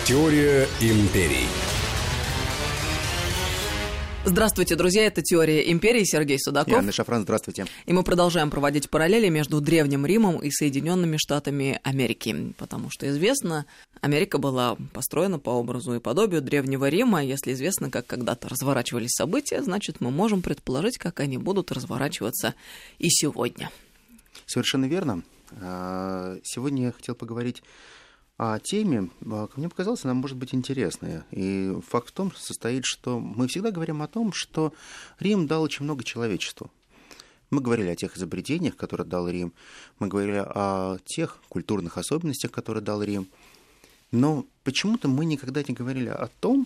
Теория империй. Здравствуйте, друзья, это «Теория империи», Сергей Судаков. И Анна Шафран, здравствуйте. И мы продолжаем проводить параллели между Древним Римом и Соединенными Штатами Америки, потому что известно, Америка была построена по образу и подобию Древнего Рима. Если известно, как когда-то разворачивались события, значит, мы можем предположить, как они будут разворачиваться и сегодня. Совершенно верно. Сегодня я хотел поговорить о теме, как мне показалось, она может быть интересная. И факт в том состоит, что мы всегда говорим о том, что Рим дал очень много человечеству. Мы говорили о тех изобретениях, которые дал Рим, мы говорили о тех культурных особенностях, которые дал Рим. Но почему-то мы никогда не говорили о том,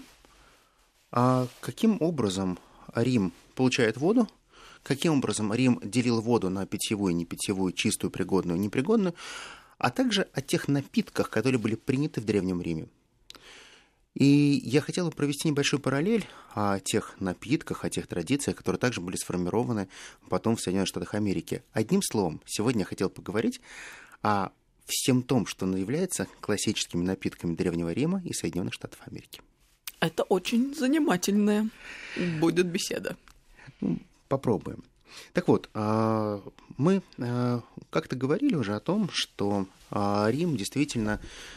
каким образом Рим получает воду, каким образом Рим делил воду на питьевую, непитьевую, чистую, пригодную, непригодную, а также о тех напитках, которые были приняты в Древнем Риме. И я хотел бы провести небольшую параллель о тех напитках, о тех традициях, которые также были сформированы потом в Соединенных Штатах Америки. Одним словом, сегодня я хотел поговорить о всем том, что является классическими напитками Древнего Рима и Соединенных Штатов Америки. Это очень занимательная будет беседа. Попробуем. Так вот, мы как-то говорили уже о том, что Рим действительно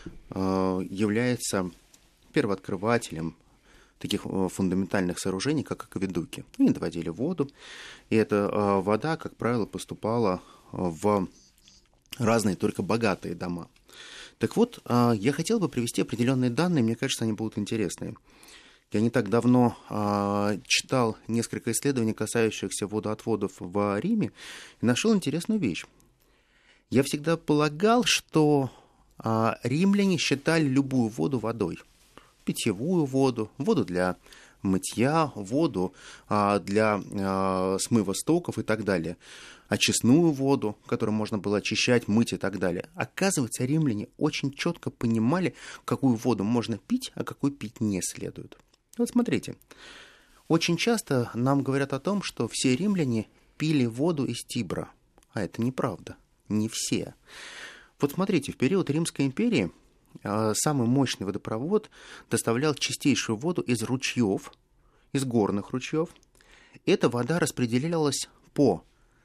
является первооткрывателем таких фундаментальных сооружений, как акведуки. Они доводили воду, и эта вода, как правило, поступала в разные, только богатые дома. Так вот, я хотел бы привести определенные данные, мне кажется, они будут интересные. Я не так давно читал несколько исследований, касающихся водоотводов в Риме, и нашел интересную вещь. Я всегда полагал, что римляне считали любую воду водой. Питьевую воду, воду для мытья, воду для смыва стоков и так далее. Очистную воду, которую можно было очищать, мыть и так далее. Оказывается, римляне очень четко понимали, какую воду можно пить, а какую пить не следует. Вот смотрите, очень часто нам говорят о том, что все римляне пили воду из Тибра, а это неправда, не все. Вот смотрите, в период Римской империи самый мощный водопровод доставлял чистейшую воду из ручьев, из горных ручьев. Эта вода распределялась по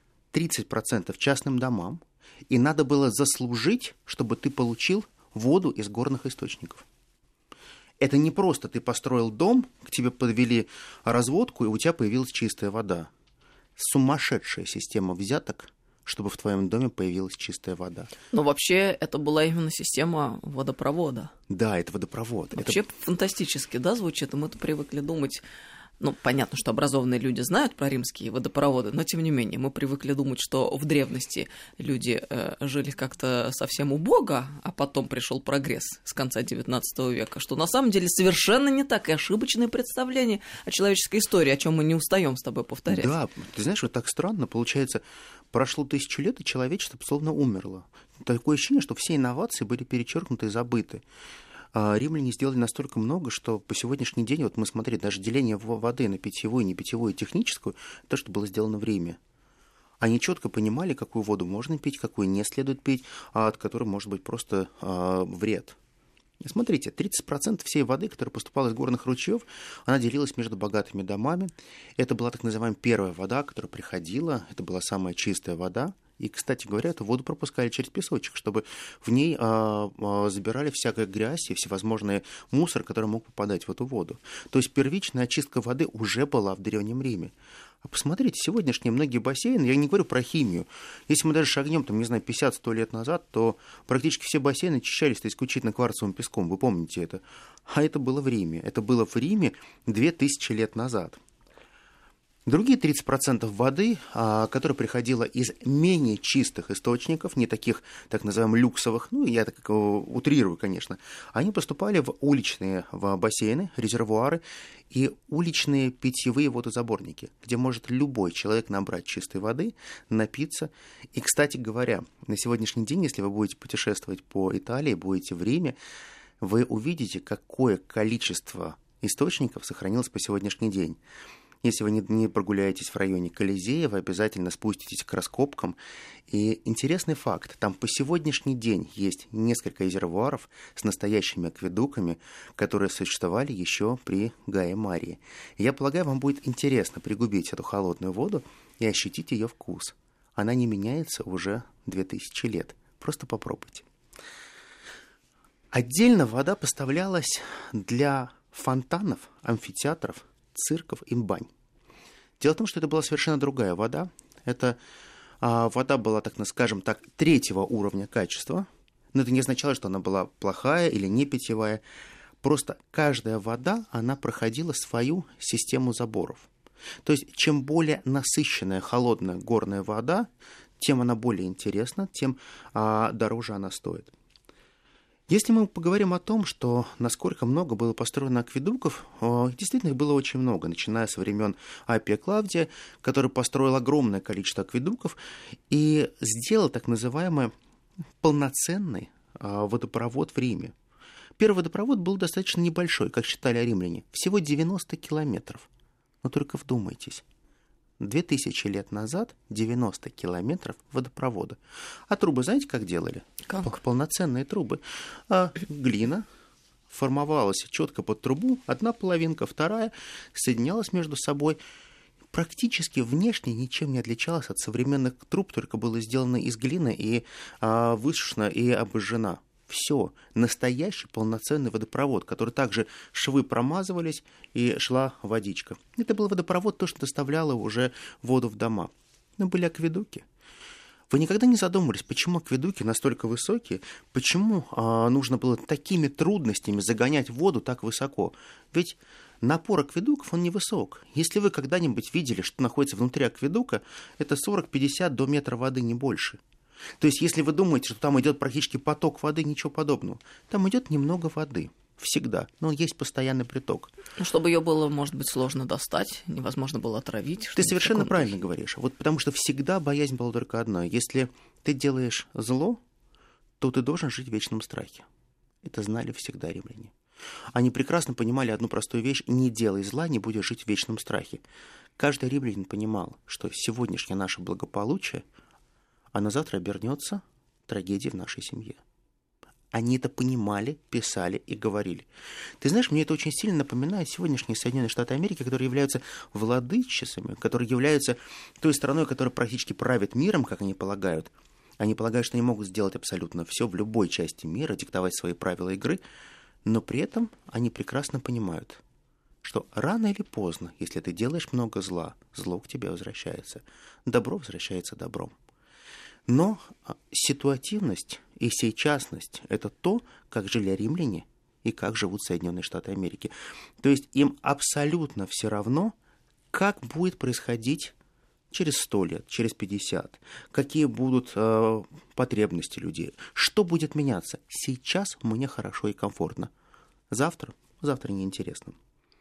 30% частным домам, и надо было заслужить, чтобы ты получил воду из горных источников. Это не просто ты построил дом, к тебе подвели разводку, и у тебя появилась чистая вода. Сумасшедшая система взяток, чтобы в твоем доме появилась чистая вода. Но вообще это была именно система водопровода. Да, это водопровод. Вообще фантастически, да, звучит, и мы-то привыкли думать... Ну, понятно, что образованные люди знают про римские водопроводы, но, тем не менее, мы привыкли думать, что в древности люди жили как-то совсем убого, а потом пришел прогресс с конца XIX века, что на самом деле совершенно не так, и ошибочные представления о человеческой истории, о чем мы не устаем с тобой повторять. Да, ты знаешь, вот так странно, получается, прошло 1000 лет, и человечество словно умерло. Такое ощущение, что все инновации были перечеркнуты и забыты. Римляне сделали настолько много, что по сегодняшний день, вот мы смотрели, даже деление воды на питьевую, непитьевую и техническую, то, что было сделано в Риме. Они четко понимали, какую воду можно пить, какую не следует пить, а от которой может быть просто вред. Смотрите, 30% всей воды, которая поступала из горных ручьев, она делилась между богатыми домами. Это была так называемая первая вода, которая приходила, это была самая чистая вода. И, кстати говоря, эту воду пропускали через песочек, чтобы в ней забирали всякая грязь и всевозможный мусор, который мог попадать в эту воду. То есть первичная очистка воды уже была в Древнем Риме. А посмотрите, сегодняшние многие бассейны, я не говорю про химию, если мы даже шагнем, там, не знаю, 50-100 лет назад, то практически все бассейны очищались исключительно кварцевым песком, вы помните это. А это было в Риме. Это было в Риме 2000 лет назад. Другие 30% воды, которая приходила из менее чистых источников, не таких, так называемых, люксовых, ну, я так утрирую, конечно, они поступали в уличные в бассейны, резервуары и уличные питьевые водозаборники, где может любой человек набрать чистой воды, напиться. И, кстати говоря, на сегодняшний день, если вы будете путешествовать по Италии, будете в Риме, вы увидите, какое количество источников сохранилось по сегодняшний день. Если вы не прогуляетесь в районе Колизея, вы обязательно спуститесь к раскопкам. И интересный факт, там по сегодняшний день есть несколько резервуаров с настоящими акведуками, которые существовали еще при Гае Марии. И я полагаю, вам будет интересно пригубить эту холодную воду и ощутить ее вкус. Она не меняется уже 2000 лет. Просто попробуйте. Отдельно вода поставлялась для фонтанов, амфитеатров, цирков и бань. Дело в том, что это была совершенно другая вода. Это вода была, так скажем так, третьего уровня качества. Но это не означало, что она была плохая или не питьевая. Просто каждая вода, она проходила свою систему заборов. То есть, чем более насыщенная, холодная горная вода, тем она более интересна, тем дороже она стоит. Если мы поговорим о том, что насколько много было построено акведуков, действительно их было очень много, начиная со времен Аппия Клавдия, который построил огромное количество акведуков и сделал так называемый полноценный водопровод в Риме. Первый водопровод был достаточно небольшой, как считали римляне, всего 90 километров. Но только вдумайтесь. 2000 лет назад 90 километров водопровода. А трубы знаете, как делали? Как? Полноценные трубы. Глина формовалась четко под трубу, одна половинка, вторая, соединялась между собой. Практически внешне ничем не отличалась от современных труб, только было сделано из глины и высушено и обожжена. Все, настоящий полноценный водопровод, который также швы промазывались и шла водичка. Это был водопровод, то, что доставляло уже воду в дома. Но были акведуки. Вы никогда не задумывались, почему акведуки настолько высокие, почему нужно было такими трудностями загонять воду так высоко? Ведь напор акведуков, он невысок. Если вы когда-нибудь видели, что находится внутри акведука, это 40-50 до метра воды, не больше. То есть, если вы думаете, что там идет практически поток воды, ничего подобного. Там идет немного воды. Всегда. Но есть постоянный приток. Чтобы ее было, может быть, сложно достать, невозможно было отравить. Ты совершенно правильно говоришь. Вот потому что всегда боязнь была только одна. Если ты делаешь зло, то ты должен жить в вечном страхе. Это знали всегда римляне. Они прекрасно понимали одну простую вещь: не делай зла, не будешь жить в вечном страхе. Каждый римлянин понимал, что сегодняшнее наше благополучие, а на завтра обернется трагедией в нашей семье. Они это понимали, писали и говорили. Ты знаешь, мне это очень сильно напоминает сегодняшние Соединенные Штаты Америки, которые являются владычицами, которые являются той страной, которая практически правит миром, как они полагают. Они полагают, что они могут сделать абсолютно все в любой части мира, диктовать свои правила игры, но при этом они прекрасно понимают, что рано или поздно, если ты делаешь много зла, зло к тебе возвращается, добро возвращается добром. Но ситуативность и сейчасность – это то, как жили римляне и как живут Соединенные Штаты Америки. То есть им абсолютно все равно, как будет происходить через 100 лет, через 50, какие будут потребности людей, что будет меняться. Сейчас мне хорошо и комфортно. Завтра неинтересно.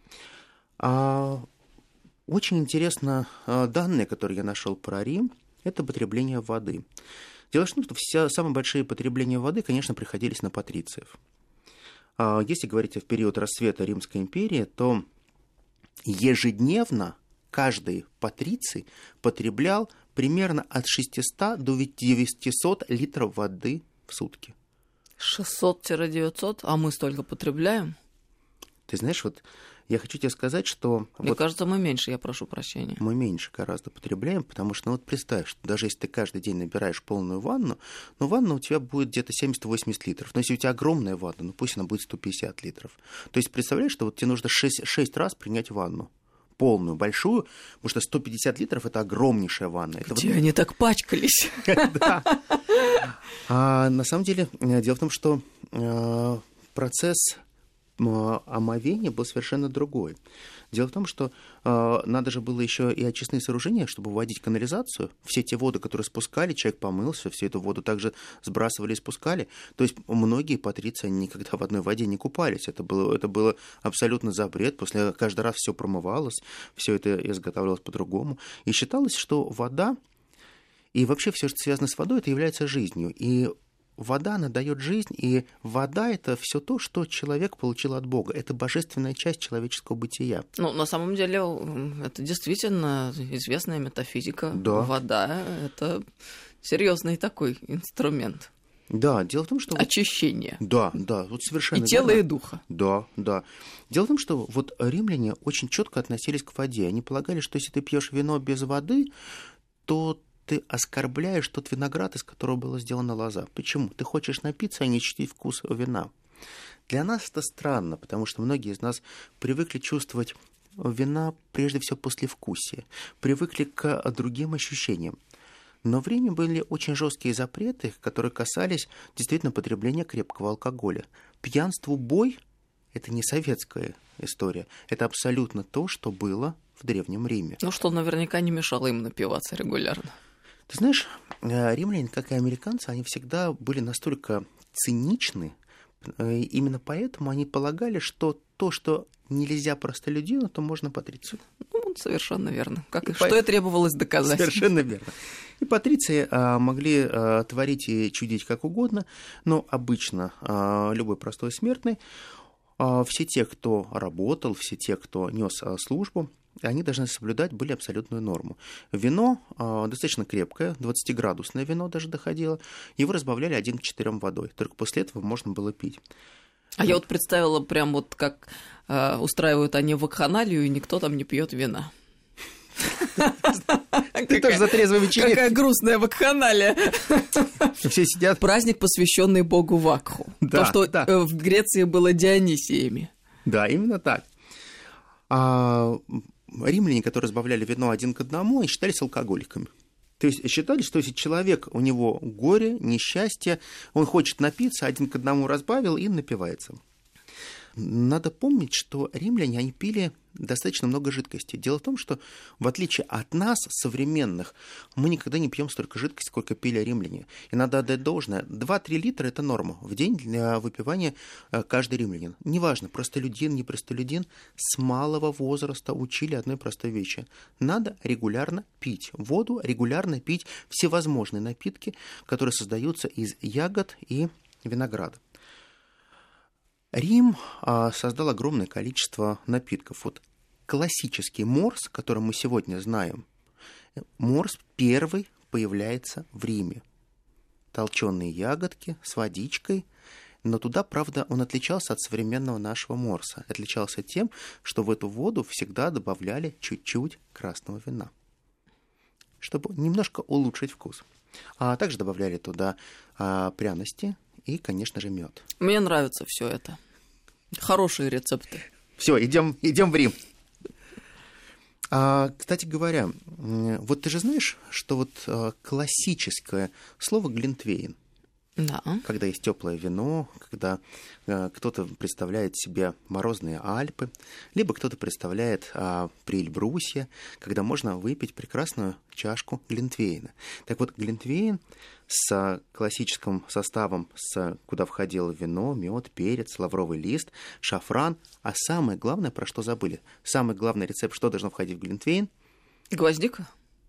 Очень интересно данные, которые я нашел про Рим. Это потребление воды. Дело в том, что самые большие потребления воды, конечно, приходились на патрициев. Если говорить в период расцвета Римской империи, то ежедневно каждый патриций потреблял примерно от 600 до 900 литров воды в сутки. 600-900, а мы столько потребляем? Ты знаешь, вот я хочу тебе сказать, что... Мне кажется, мы меньше, я прошу прощения. Мы меньше гораздо потребляем, потому что, вот представь, что даже если ты каждый день набираешь полную ванну, но ванна у тебя будет где-то 70-80 литров. Но если у тебя огромная ванна, ну пусть она будет 150 литров. То есть представляешь, что вот тебе нужно 6 раз принять ванну. Полную, большую, потому что 150 литров – это огромнейшая ванна. Где они так пачкались? Да. На самом деле, дело в том, что процесс омовение был совершенно другой. Дело в том, что надо же было еще и очистные сооружения, чтобы вводить канализацию. Все те воды, которые спускали, человек помылся, всю эту воду также сбрасывали и спускали. То есть многие патриции никогда в одной воде не купались. Это было абсолютно запрет. После каждый раз все промывалось, все это изготавливалось по-другому. И считалось, что вода и вообще все, что связано с водой, это является жизнью. И вода, она дает жизнь, и вода — это все то, что человек получил от Бога. Это божественная часть человеческого бытия. Ну, на самом деле, это действительно известная метафизика. Да. Вода — это серьезный такой инструмент. Да, дело в том, что... Очищение. Да, вот совершенно и тела, верно. и духа. Да. Дело в том, что вот римляне очень четко относились к воде. Они полагали, что если ты пьешь вино без воды, то ты оскорбляешь тот виноград, из которого была сделана лоза. Почему? Ты хочешь напиться, а не ощутить вкус вина. Для нас это странно, потому что многие из нас привыкли чувствовать вина прежде всего послевкусие, привыкли к другим ощущениям. Но в Риме были очень жесткие запреты, которые касались действительно потребления крепкого алкоголя. Пьянство, бой – это не советская история, это абсолютно то, что было в Древнем Риме. Ну, что наверняка не мешало им напиваться регулярно. Ты знаешь, римляне, как и американцы, они всегда были настолько циничны, именно поэтому они полагали, что то, что нельзя простолюдину, то можно патрицию. Ну, совершенно верно. Что и требовалось доказать. Совершенно верно. И патриции могли творить и чудить как угодно, но обычно любой простой смертный, все те, кто работал, все те, кто нес службу, они должны соблюдать были абсолютную норму. Вино достаточно крепкое, 20-градусное вино даже доходило, его разбавляли 1 к 4 водой, только после этого можно было пить. А я вот представила прям вот как устраивают они вакханалию, и никто там не пьет вина. Ты тоже за трезвой вечеринкой. Какая грустная вакханалия. Все сидят. Праздник, посвященный богу Вакху. То, что в Греции было Дионисиями. Да, именно так. Римляне, которые разбавляли вино 1 к 1, они считались алкоголиками. То есть считали, что если человек, у него горе, несчастье, он хочет напиться, 1 к 1 разбавил и напивается. Надо помнить, что римляне, они пили достаточно много жидкости. Дело в том, что в отличие от нас, современных, мы никогда не пьем столько жидкости, сколько пили римляне. И надо отдать должное. 2-3 литра – это норма в день для выпивания каждый римлянин. Неважно, простолюдин, не простолюдин, с малого возраста учили одной простой вещи. Надо регулярно пить воду, регулярно пить всевозможные напитки, которые создаются из ягод и винограда. Рим создал огромное количество напитков. Вот классический морс, который мы сегодня знаем, морс первый появляется в Риме. Толченые ягодки с водичкой, но туда, правда, он отличался от современного нашего морса. Отличался тем, что в эту воду всегда добавляли чуть-чуть красного вина, чтобы немножко улучшить вкус. А также добавляли туда пряности и, конечно же, мед. Мне нравится все это. Хорошие рецепты. Все, идем в Рим. Кстати говоря, вот ты же знаешь, что вот классическое слово глинтвейн. Да. Когда есть теплое вино, когда кто-то представляет себе морозные Альпы, либо кто-то представляет Приэльбрусье, когда можно выпить прекрасную чашку глинтвейна. Так вот, глинтвейн с классическим составом, куда входило вино, мед, перец, лавровый лист, шафран. А самое главное, про что забыли, самый главный рецепт, что должно входить в глинтвейн? Гвоздика?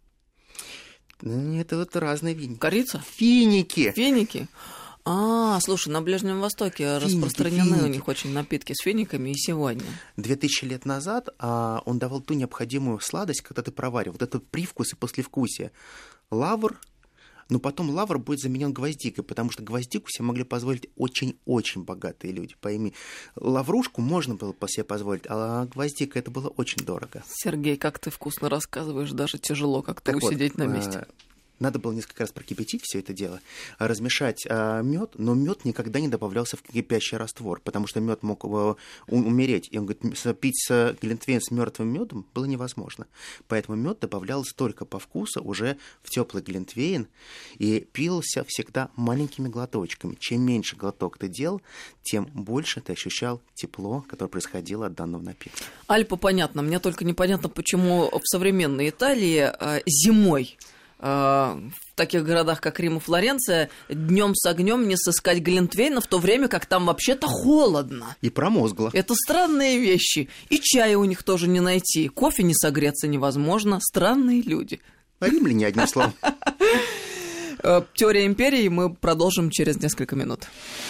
Это вот разные виники. Корица? Финики. Финики? Слушай, на Ближнем Востоке распространены у них очень напитки с финиками и сегодня. 2000 лет назад он давал ту необходимую сладость, когда ты проваривал, вот этот привкус и послевкусие. Лавр, но потом лавр будет заменен гвоздикой, потому что гвоздику себе могли позволить очень-очень богатые люди. Пойми, лаврушку можно было себе позволить, а гвоздика это было очень дорого. Сергей, как ты вкусно рассказываешь, даже тяжело как-то усидеть на месте. Надо было несколько раз прокипятить все это дело, размешать мед, но мед никогда не добавлялся в кипящий раствор, потому что мед мог умереть. И он говорит, пить глинтвейн с мертвым медом было невозможно. Поэтому мед добавлялся только по вкусу уже в теплый глинтвейн и пился всегда маленькими глоточками. Чем меньше глоток ты делал, тем больше ты ощущал тепло, которое происходило от данного напитка. Альпа, понятно. Мне только непонятно, почему в современной Италии зимой в таких городах, как Рим и Флоренция, днем с огнем не сыскать глинтвейна, в то время как там вообще-то холодно. И промозгло. Это странные вещи. И чая у них тоже не найти. Кофе не согреться невозможно. Странные люди. Римляне, одним словом. Теория империи мы продолжим через несколько минут.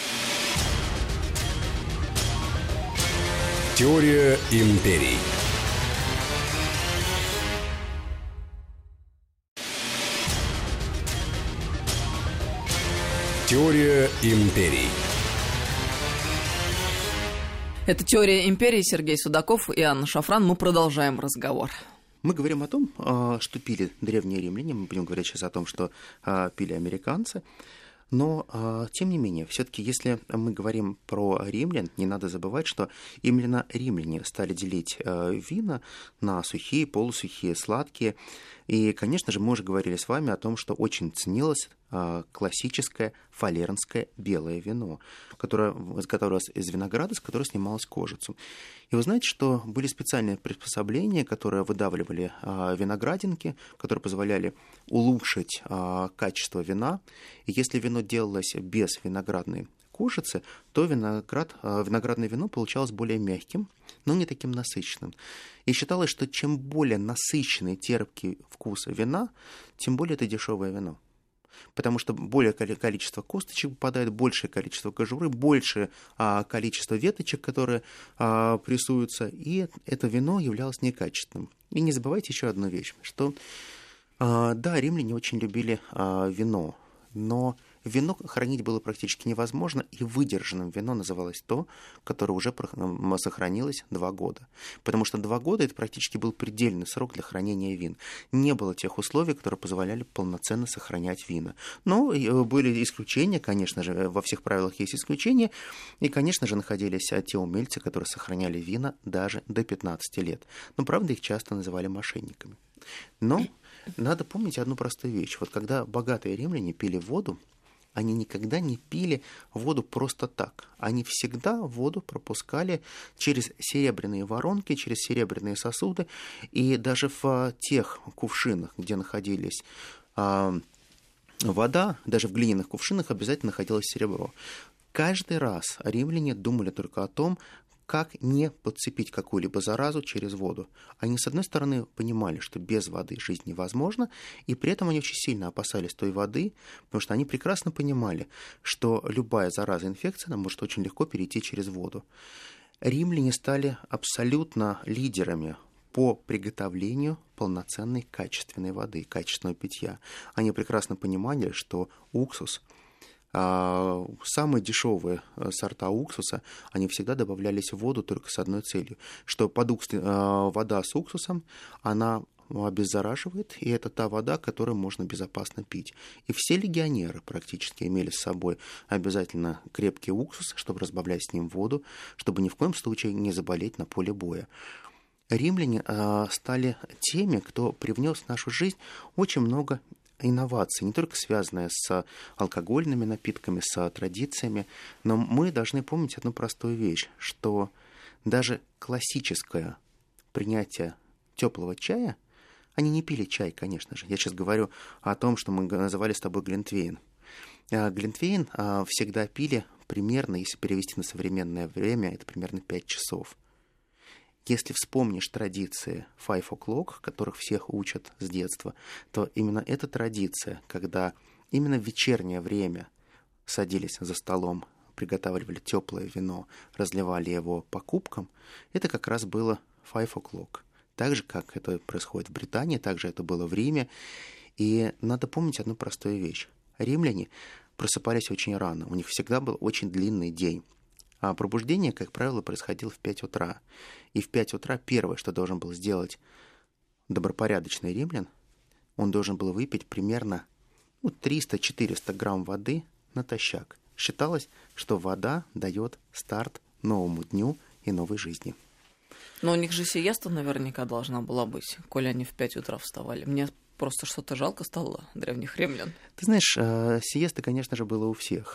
Теория империй. Теория империй. Это «Теория империи», Сергей Судаков и Анна Шафран. Мы продолжаем разговор. Мы говорим о том, что пили древние римляне, мы будем говорить сейчас о том, что пили американцы, но, тем не менее, все-таки, если мы говорим про римлян, не надо забывать, что именно римляне стали делить вина на сухие, полусухие, сладкие. И, конечно же, мы уже говорили с вами о том, что очень ценилось классическое фалернское белое вино, которое изготавливалось из винограда, с которого снималась кожицу. И вы знаете, что были специальные приспособления, которые выдавливали виноградинки, которые позволяли улучшить качество вина. И если вино делалось без виноградной кожицы, то виноградное вино получалось более мягким, но не таким насыщенным. И считалось, что чем более насыщенный, терпкий вкус вина, тем более это дешевое вино. Потому что более количество косточек попадает, большее количество кожуры, большее количество веточек, которые прессуются, и это вино являлось некачественным. И не забывайте еще одну вещь, что да, римляне очень любили вино, но вино хранить было практически невозможно, и выдержанным вино называлось то, которое уже сохранилось 2 года. Потому что 2 года это практически был предельный срок для хранения вин. Не было тех условий, которые позволяли полноценно сохранять вина. Но были исключения, конечно же, во всех правилах есть исключения, и, конечно же, находились те умельцы, которые сохраняли вина даже до 15 лет. Но, правда, их часто называли мошенниками. Но надо помнить одну простую вещь. Вот когда богатые римляне пили воду, они никогда не пили воду просто так. Они всегда воду пропускали через серебряные воронки, через серебряные сосуды. И даже в тех кувшинах, где находились вода, даже в глиняных кувшинах обязательно находилось серебро. Каждый раз римляне думали только о том, как не подцепить какую-либо заразу через воду. Они, с одной стороны, понимали, что без воды жизнь невозможна, и при этом они очень сильно опасались той воды, потому что они прекрасно понимали, что любая зараза, инфекция, она может очень легко перейти через воду. Римляне стали абсолютно лидерами по приготовлению полноценной качественной воды, качественного питья. Они прекрасно понимали, что уксус, самые дешевые сорта уксуса, они всегда добавлялись в воду только с одной целью, что вода с уксусом, она обеззараживает, и это та вода, которую можно безопасно пить. И все легионеры практически имели с собой обязательно крепкий уксус, чтобы разбавлять с ним воду, чтобы ни в коем случае не заболеть на поле боя. Римляне стали теми, кто привнес в нашу жизнь очень много инновации, не только связанные с алкогольными напитками, с традициями, но мы должны помнить одну простую вещь, что даже классическое принятие теплого чая, они не пили чай, конечно же. Я сейчас говорю о том, что мы называли с тобой глинтвейн. Глинтвейн всегда пили примерно, если перевести на современное время, это примерно 5 часов. Если вспомнишь традиции 5 o'clock, которых всех учат с детства, то именно эта традиция, когда именно в вечернее время садились за столом, приготавливали теплое вино, разливали его по кубкам, это как раз было 5 o'clock. Так же, как это происходит в Британии, так же это было в Риме. И надо помнить одну простую вещь. Римляне просыпались очень рано, у них всегда был очень длинный день. А пробуждение, как правило, происходило в 5 утра. И в 5 утра первое, что должен был сделать добропорядочный римлян, он должен был выпить примерно 300-400 грамм воды натощак. Считалось, что вода дает старт новому дню и новой жизни. Но у них же сиеста наверняка должна была быть, коли они в 5 утра вставали. Мне просто что-то жалко стало древних римлян. Ты знаешь, сиеста, конечно же, было у всех.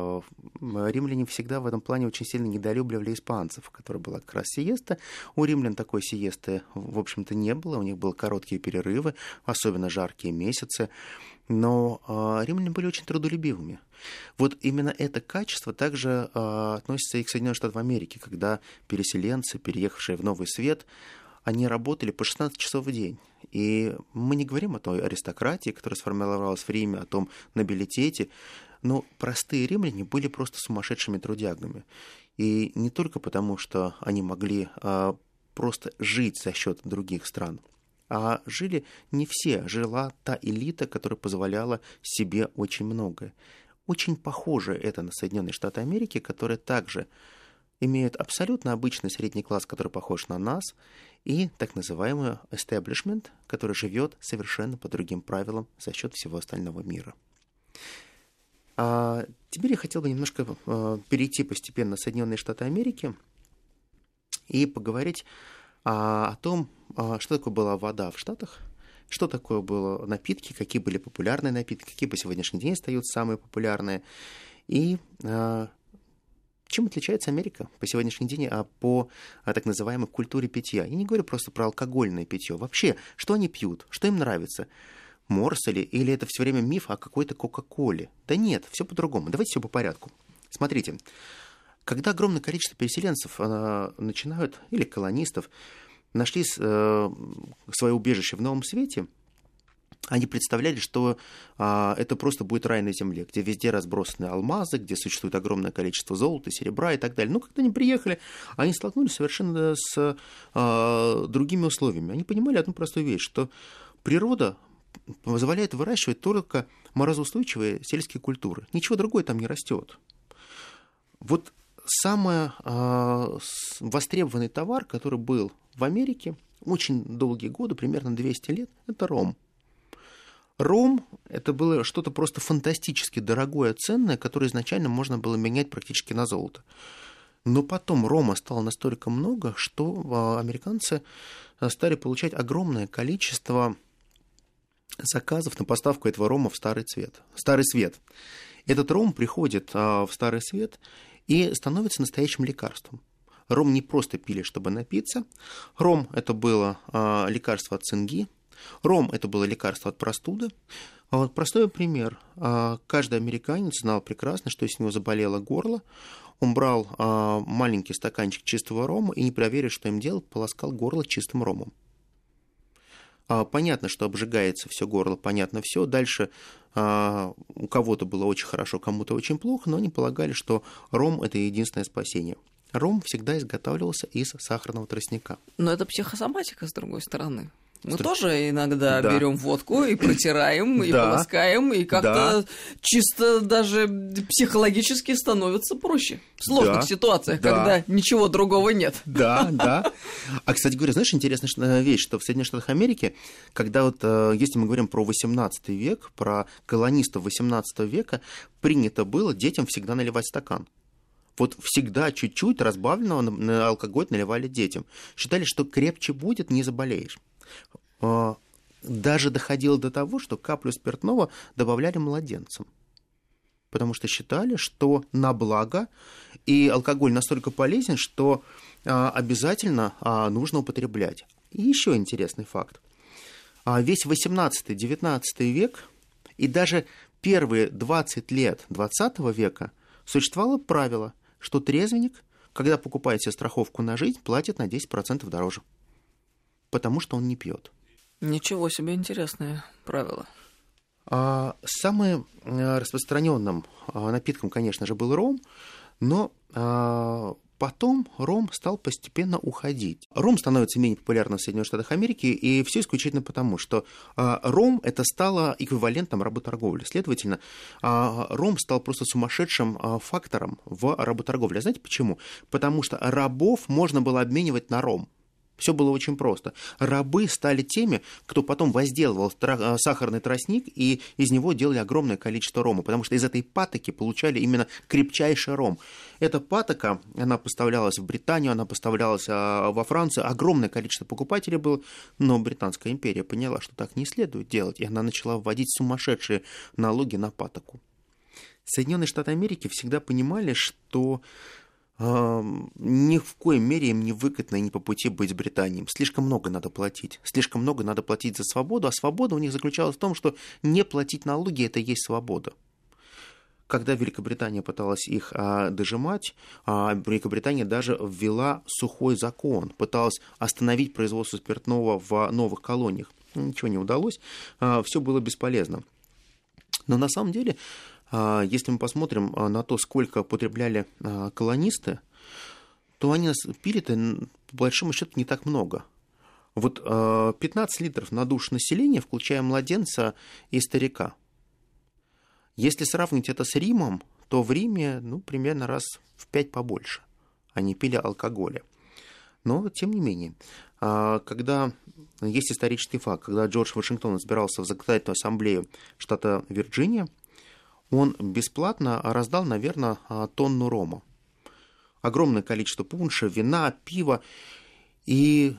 Римляне всегда в этом плане очень сильно недолюбливали испанцев, которая была как раз сиеста. У римлян такой сиесты, в общем-то, не было. У них были короткие перерывы, особенно жаркие месяцы. Но римляне были очень трудолюбивыми. Вот именно это качество также относится и к Соединенным Штатам Америки, когда переселенцы, переехавшие в Новый Свет, они работали по 16 часов в день. И мы не говорим о той аристократии, которая сформировалась в Риме, о том нобилитете, но простые римляне были просто сумасшедшими трудягами. И не только потому, что они могли просто жить за счет других стран, а жили не все, жила та элита, которая позволяла себе очень многое. Очень похоже это на Соединенные Штаты Америки, которые также имеют абсолютно обычный средний класс, который похож на нас, и так называемый establishment, который живет совершенно по другим правилам за счет всего остального мира. А теперь я хотел бы немножко перейти постепенно на Соединенные Штаты Америки и поговорить о том, что такое была вода в Штатах, что такое было напитки, какие были популярные напитки, какие по сегодняшний день остаются самые популярные, и чем отличается Америка по сегодняшний день по так называемой культуре питья. Я не говорю просто про алкогольное питье. Вообще, что они пьют, что им нравится? Морс или это все время миф о какой-то Кока-Коле? Да нет, все по-другому. Давайте все по порядку. Смотрите, когда огромное количество переселенцев начинают, или колонистов, нашли свое убежище в Новом Свете, они представляли, что это просто будет рай на земле, где везде разбросаны алмазы, где существует огромное количество золота, серебра и так далее. Но когда они приехали, они столкнулись совершенно с другими условиями. Они понимали одну простую вещь, что природа позволяет выращивать только морозоустойчивые сельские культуры. Ничего другое там не растет. Вот самый востребованный товар, который был в Америке очень долгие годы, примерно 200 лет, это ром. Ром – это было что-то просто фантастически дорогое, ценное, которое изначально можно было менять практически на золото. Но потом рома стало настолько много, что американцы стали получать огромное количество заказов на поставку этого рома в Старый Свет. Этот ром приходит в Старый Свет и становится настоящим лекарством. Ром не просто пили, чтобы напиться. Ром – это было лекарство от цинги. Ром – это было лекарство от простуды. Вот простой пример. Каждый американец знал прекрасно, что если у него заболело горло, он брал маленький стаканчик чистого рома и, не проверив, что им делать, полоскал горло чистым ромом. Понятно, что обжигается все горло, понятно все. Дальше у кого-то было очень хорошо, кому-то очень плохо, но они полагали, что ром – это единственное спасение. Ром всегда изготавливался из сахарного тростника. Но это психосоматика, с другой стороны. Мы тоже иногда берем водку и протираем, и полоскаем, и как-то чисто даже психологически становится проще. В сложных ситуациях, когда ничего другого нет. Да. А, кстати говоря, знаешь, интересная вещь, что в Соединенных Штатах Америки, когда вот, если мы говорим про 18 век, про колонистов 18 века, принято было детям всегда наливать стакан. Вот всегда чуть-чуть разбавленного на алкоголь наливали детям. Считали, что крепче будет, не заболеешь. Даже доходило до того, что каплю спиртного добавляли младенцам. Потому что считали, что на благо, и алкоголь настолько полезен, что обязательно нужно употреблять. И еще интересный факт. Весь 18-19 век и даже первые 20 лет 20 века существовало правило, что трезвенник, когда покупает себе страховку на жизнь, платит на 10% дороже. Потому что он не пьет. Ничего себе, интересное правило. Самым распространенным напитком, конечно же, был ром, но потом ром стал постепенно уходить. Ром становится менее популярным в Соединенных Штатах Америки, и все исключительно потому, что ром это стало эквивалентом работорговли. Следовательно, ром стал просто сумасшедшим фактором в работорговле. А знаете почему? Потому что рабов можно было обменивать на ром. Все было очень просто. Рабы стали теми, кто потом возделывал сахарный тростник, и из него делали огромное количество рома, потому что из этой патоки получали именно крепчайший ром. Эта патока, она поставлялась в Британию, она поставлялась во Францию, огромное количество покупателей было, но Британская империя поняла, что так не следует делать, и она начала вводить сумасшедшие налоги на патоку. Соединенные Штаты Америки всегда понимали, что ни в коей мере им не выгодно и не по пути быть с Британией. Слишком много надо платить. Слишком много надо платить за свободу, а свобода у них заключалась в том, что не платить налоги – это и есть свобода. когда Великобритания пыталась их дожимать, Великобритания даже ввела сухой закон, пыталась остановить производство спиртного в новых колониях. Ничего не удалось, все было бесполезно. Но на самом деле, если мы посмотрим на то, сколько потребляли колонисты, то они пили-то, по большому счету, не так много. Вот 15 литров на душу населения, включая младенца и старика. Если сравнить это с Римом, то в Риме примерно раз в 5 побольше они пили алкоголя. Но, тем не менее, когда есть исторический факт, когда Джордж Вашингтон избирался в Законодательную ассамблею штата Вирджиния, он бесплатно раздал, наверное, тонну рома. Огромное количество пунша, вина, пива. И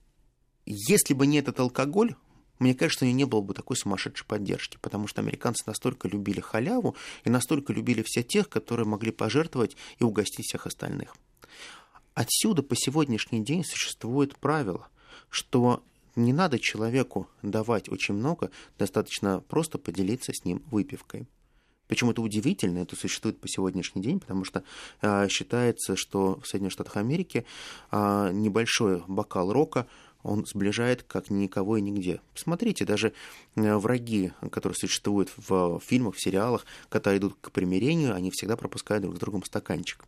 если бы не этот алкоголь, мне кажется, у него не было бы такой сумасшедшей поддержки, потому что американцы настолько любили халяву и настолько любили всех тех, которые могли пожертвовать и угостить всех остальных. Отсюда по сегодняшний день существует правило, что не надо человеку давать очень много, достаточно просто поделиться с ним выпивкой. Причем это удивительно, это существует по сегодняшний день, потому что считается, что в Соединенных Штатах Америки небольшой бокал рока, он сближает как никого и нигде. Посмотрите, даже враги, которые существуют в фильмах, в сериалах, когда идут к примирению, они всегда пропускают друг с другом стаканчик.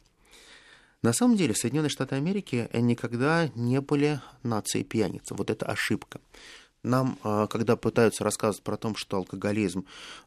На самом деле Соединенные Штаты Америки никогда не были нацией пьяниц. Вот это ошибка. Нам, когда пытаются рассказывать про то, что алкоголизм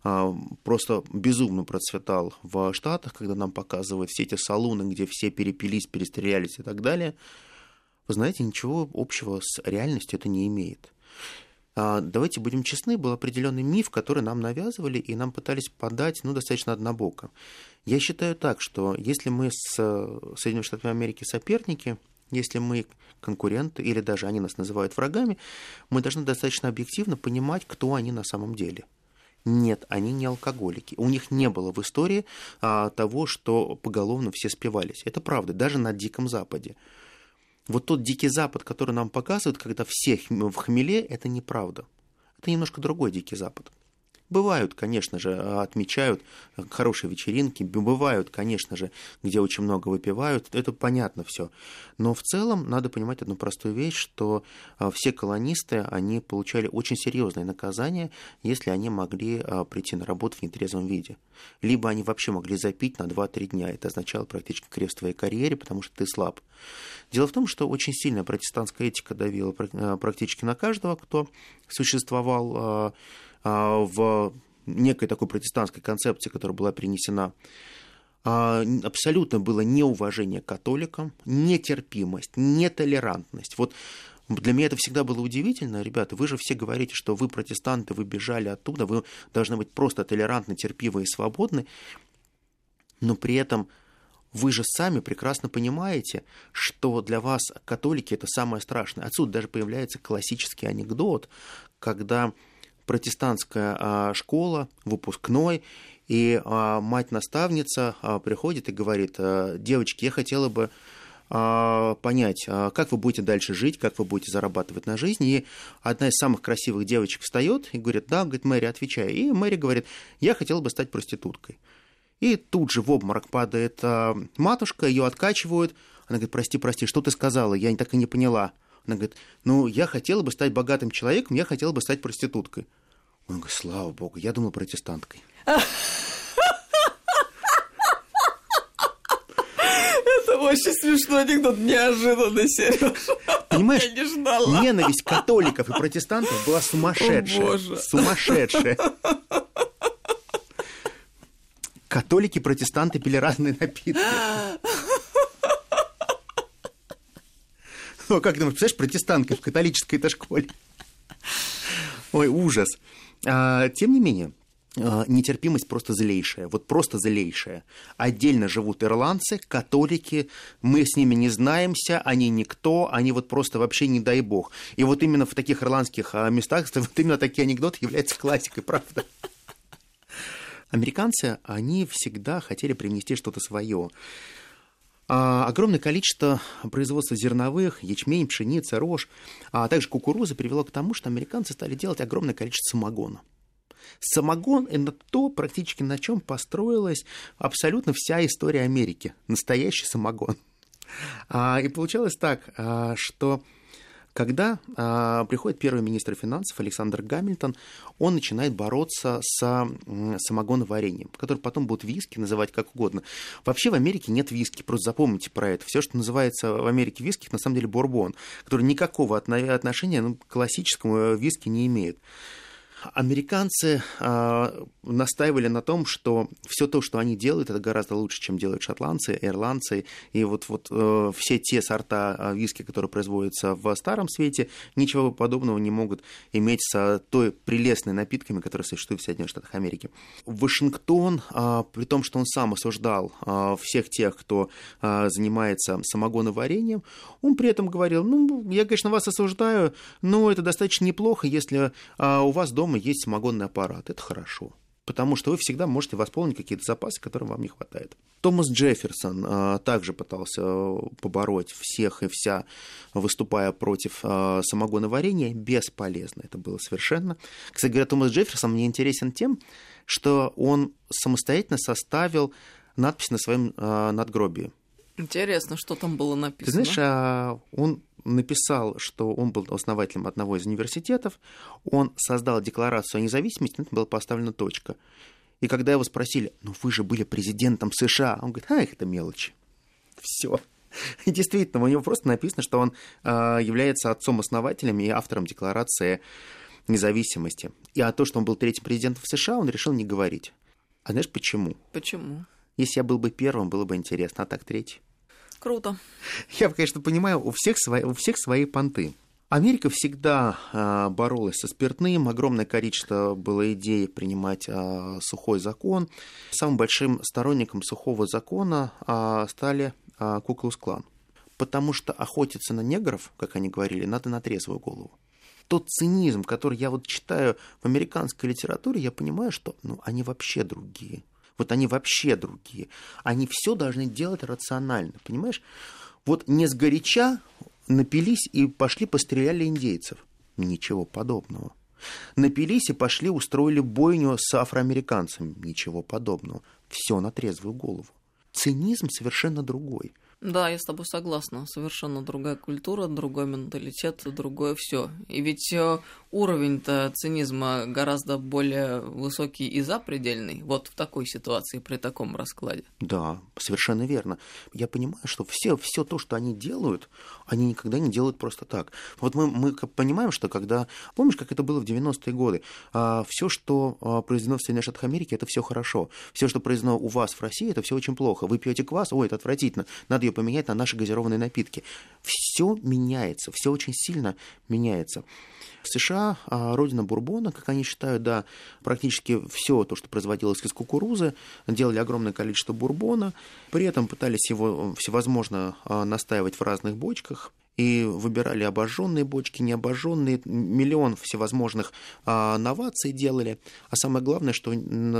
просто безумно процветал в Штатах, когда нам показывают все эти салуны, где все перепились, перестрелялись и так далее, вы знаете, ничего общего с реальностью это не имеет. Давайте будем честны, был определенный миф, который нам навязывали и нам пытались подать, достаточно однобоко. Я считаю так, что если мы с Соединенными Штатами Америки соперники, если мы конкуренты, или даже они нас называют врагами, мы должны достаточно объективно понимать, кто они на самом деле. Нет, они не алкоголики. У них не было в истории того, что поголовно все спивались. Это правда, даже на Диком Западе. Вот тот Дикий Запад, который нам показывают, когда все в хмеле, это неправда. Это немножко другой Дикий Запад. Бывают, конечно же, отмечают хорошие вечеринки, бывают, конечно же, где очень много выпивают, это понятно все. Но в целом надо понимать одну простую вещь, что все колонисты, они получали очень серьезные наказания, если они могли прийти на работу в нетрезвом виде. Либо они вообще могли запить на 2-3 дня. Это означало практически крест в твоей карьере, потому что ты слаб. Дело в том, что очень сильная протестантская этика давила практически на каждого, кто существовал в некой такой протестантской концепции, которая была принесена. Абсолютно было неуважение к католикам, нетерпимость, нетолерантность. Вот для меня это всегда было удивительно. Ребята, вы же все говорите, что вы протестанты, вы бежали оттуда, вы должны быть просто толерантны, терпимы и свободны, но при этом вы же сами прекрасно понимаете, что для вас католики – это самое страшное. Отсюда даже появляется классический анекдот, когда протестантская школа, выпускной, и мать-наставница приходит и говорит: девочки, я хотела бы понять, как вы будете дальше жить, как вы будете зарабатывать на жизнь. И одна из самых красивых девочек встает и говорит: да, говорит, Мэри, отвечай. И Мэри говорит: я хотела бы стать проституткой. И тут же в обморок падает матушка, ее откачивают. Она говорит: прости, что ты сказала? Я так и не поняла. Она говорит: я хотела бы стать богатым человеком, я хотела бы стать проституткой. Он говорит: слава богу, я думал протестанткой. Это очень смешной анекдот, неожиданный, Серёж. Понимаешь, я не ждала. Ненависть католиков и протестантов была сумасшедшая. О, Боже. Сумасшедшая. Католики и протестанты пили разные напитки. Ну, как ты думаешь, представляешь, протестанткой в католической-то школе? Ой, ужас. Тем не менее, нетерпимость просто злейшая, вот просто злейшая. Отдельно живут ирландцы, католики, мы с ними не знаемся, они никто, они вот просто вообще не дай бог. И вот именно в таких ирландских местах вот именно такие анекдоты являются классикой, правда? Американцы, они всегда хотели привнести что-то свое. Огромное количество производства зерновых, ячмень, пшеница, рожь, а также кукурузы привело к тому, что американцы стали делать огромное количество самогона. Самогон – это то, практически на чем построилась абсолютно вся история Америки. Настоящий самогон. И получалось так, что когда приходит первый министр финансов Александр Гамильтон, он начинает бороться с самогоноварением, который потом будут виски называть как угодно. Вообще в Америке нет виски, просто запомните про это. Все, что называется в Америке виски, на самом деле бурбон, который никакого отношения к классическому виски не имеет. Американцы настаивали на том, что все то, что они делают, это гораздо лучше, чем делают шотландцы, ирландцы. И вот все те сорта виски, которые производятся в Старом Свете, ничего подобного не могут иметь с той прелестной напитками, которые существуют в Соединенных Штатах Америки. Вашингтон, при том, что он сам осуждал всех тех, кто занимается самогоноварением, он при этом говорил: я, конечно, вас осуждаю, но это достаточно неплохо, если у вас дома есть самогонный аппарат. Это хорошо, потому что вы всегда можете восполнить какие-то запасы, которым вам не хватает. Томас Джефферсон также пытался побороть всех и вся, выступая против самогоноварения. Бесполезно это было совершенно. Кстати говоря, Томас Джефферсон мне интересен тем, что он самостоятельно составил надпись на своем надгробии. Интересно, что там было написано. Ты знаешь, он написал, что он был основателем одного из университетов, он создал декларацию о независимости, на этом была поставлена точка. И когда его спросили: вы же были президентом США, он говорит: это мелочи. Все. И действительно, у него просто написано, что он является отцом-основателем и автором декларации независимости. И то, что он был третьим президентом США, он решил не говорить. А знаешь почему? Почему? Если я был бы первым, было бы интересно, а так третий. Круто. Я, конечно, понимаю, у всех свои понты. Америка всегда боролась со спиртным, огромное количество было идей принимать сухой закон. Самым большим сторонником сухого закона стали Ку-клукс-клан, потому что охотиться на негров, как они говорили, надо на трезвую голову. Тот цинизм, который я читаю в американской литературе, я понимаю, что они вообще другие. Они вообще другие. Они все должны делать рационально, понимаешь? Не сгоряча напились и пошли постреляли индейцев. Ничего подобного. Напились и пошли устроили бойню с афроамериканцами. Ничего подобного. Все на трезвую голову. Цинизм совершенно другой. Да, я с тобой согласна. Совершенно другая культура, другой менталитет, другое все. И ведь уровень-то цинизма гораздо более высокий и запредельный в такой ситуации, при таком раскладе. Да, совершенно верно. Я понимаю, что все то, что они делают, они никогда не делают просто так. Мы понимаем, что когда... Помнишь, как это было в 90-е годы? Все, что произведено в Соединенных Штатах Америки, это все хорошо. Все, что произведено у вас в России, это все очень плохо. Вы пьете квас, это отвратительно. Надо ее поменять на наши газированные напитки. Все меняется, все очень сильно меняется. В США родина бурбона, как они считают, да, практически все то, что производилось из кукурузы, делали огромное количество бурбона, при этом пытались его всевозможно настаивать в разных бочках. И выбирали обожженные бочки, необожженные, миллион всевозможных новаций делали. А самое главное, что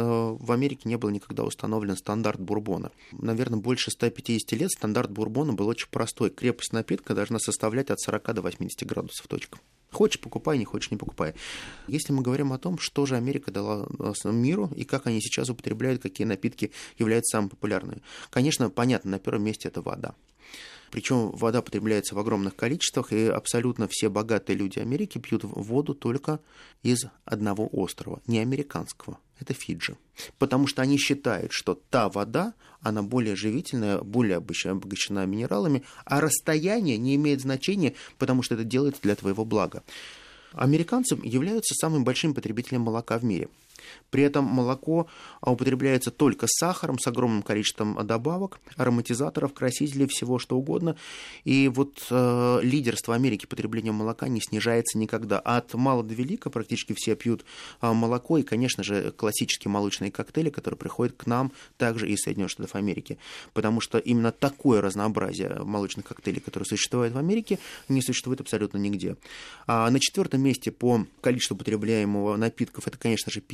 в Америке не был никогда установлен стандарт бурбона. Наверное, больше 150 лет стандарт бурбона был очень простой. Крепость напитка должна составлять от 40 до 80 градусов точка. Хочешь — покупай, не хочешь — не покупай. Если мы говорим о том, что же Америка дала миру и как они сейчас употребляют, какие напитки являются самыми популярными. Конечно, понятно, на первом месте это вода. Причем вода потребляется в огромных количествах, и абсолютно все богатые люди Америки пьют воду только из одного острова, не американского. Это Фиджи. Потому что они считают, что та вода, она более живительная, более обогащена минералами, а расстояние не имеет значения, потому что это делается для твоего блага. Американцы являются самым большим потребителем молока в мире. При этом молоко употребляется только с сахаром, с огромным количеством добавок, ароматизаторов, красителей, всего что угодно. И лидерство Америки потреблением молока не снижается никогда. От мала до велика практически все пьют молоко. И, конечно же, классические молочные коктейли, которые приходят к нам также из Соединенных Штатов Америки. Потому что именно такое разнообразие молочных коктейлей, которые существуют в Америке, не существует абсолютно нигде. На четвертом месте по количеству потребляемого напитков это, конечно же, пиво.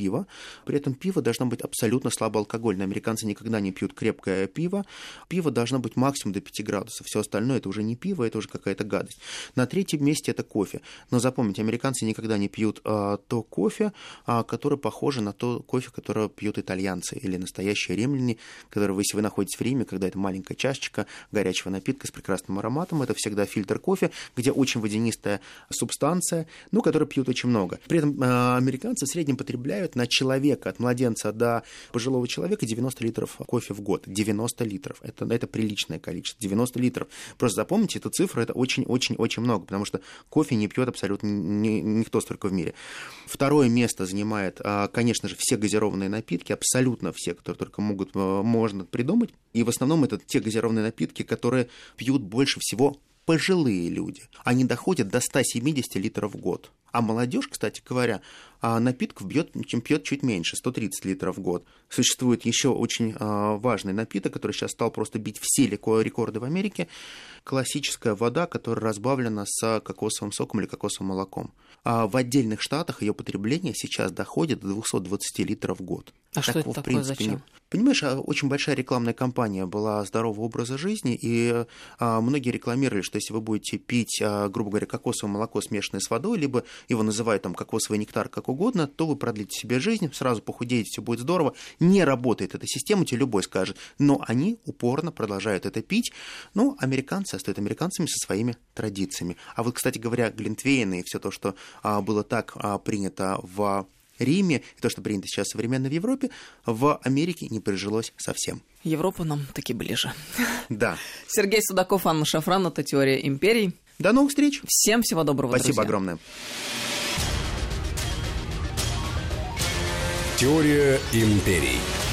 пиво. При этом пиво должно быть абсолютно слабоалкогольное. Американцы никогда не пьют крепкое пиво. Пиво должно быть максимум до 5 градусов. Все остальное это уже не пиво, это уже какая-то гадость. На третьем месте это кофе. Но запомните, американцы никогда не пьют то кофе, которое похоже на то кофе, которое пьют итальянцы или настоящие римляне, которые, если вы находитесь в Риме, когда это маленькая чашечка горячего напитка с прекрасным ароматом, это всегда фильтр кофе, где очень водянистая субстанция, которой пьют очень много. При этом американцы в среднем потребляют на человека, от младенца до пожилого человека, 90 литров кофе в год. 90 литров. Это приличное количество. 90 литров. Просто запомните эту цифру, это очень-очень-очень много, потому что кофе не пьет абсолютно никто столько в мире. Второе место занимает, конечно же, все газированные напитки, абсолютно все, которые только можно придумать. И в основном это те газированные напитки, которые пьют больше всего пожилые люди. Они доходят до 170 литров в год. А молодежь, кстати говоря, напитков пьет чуть меньше, 130 литров в год. Существует еще очень важный напиток, который сейчас стал просто бить все рекорды в Америке. Классическая вода, которая разбавлена с кокосовым соком или кокосовым молоком. В отдельных штатах ее потребление сейчас доходит до 220 литров в год. А что это такое, зачем? Нет. Понимаешь, очень большая рекламная кампания была здорового образа жизни, и многие рекламировали, что если вы будете пить, грубо говоря, кокосовое молоко, смешанное с водой, либо его называют там кокосовый нектар, как угодно, то вы продлите себе жизнь, сразу похудеете, все будет здорово. Не работает эта система, тебе любой скажет. Но они упорно продолжают это пить. Американцы остаются американцами со своими традициями. А вот, кстати говоря, глинтвейны и все то, что было так принято в Риме, и то, что принято сейчас современно в Европе, в Америке не прижилось совсем. Европа нам таки ближе. Да. Сергей Судаков, Анна Шафран, это «Теория империй». До новых встреч. Всем всего доброго, Спасибо друзья. огромное. Теория империй.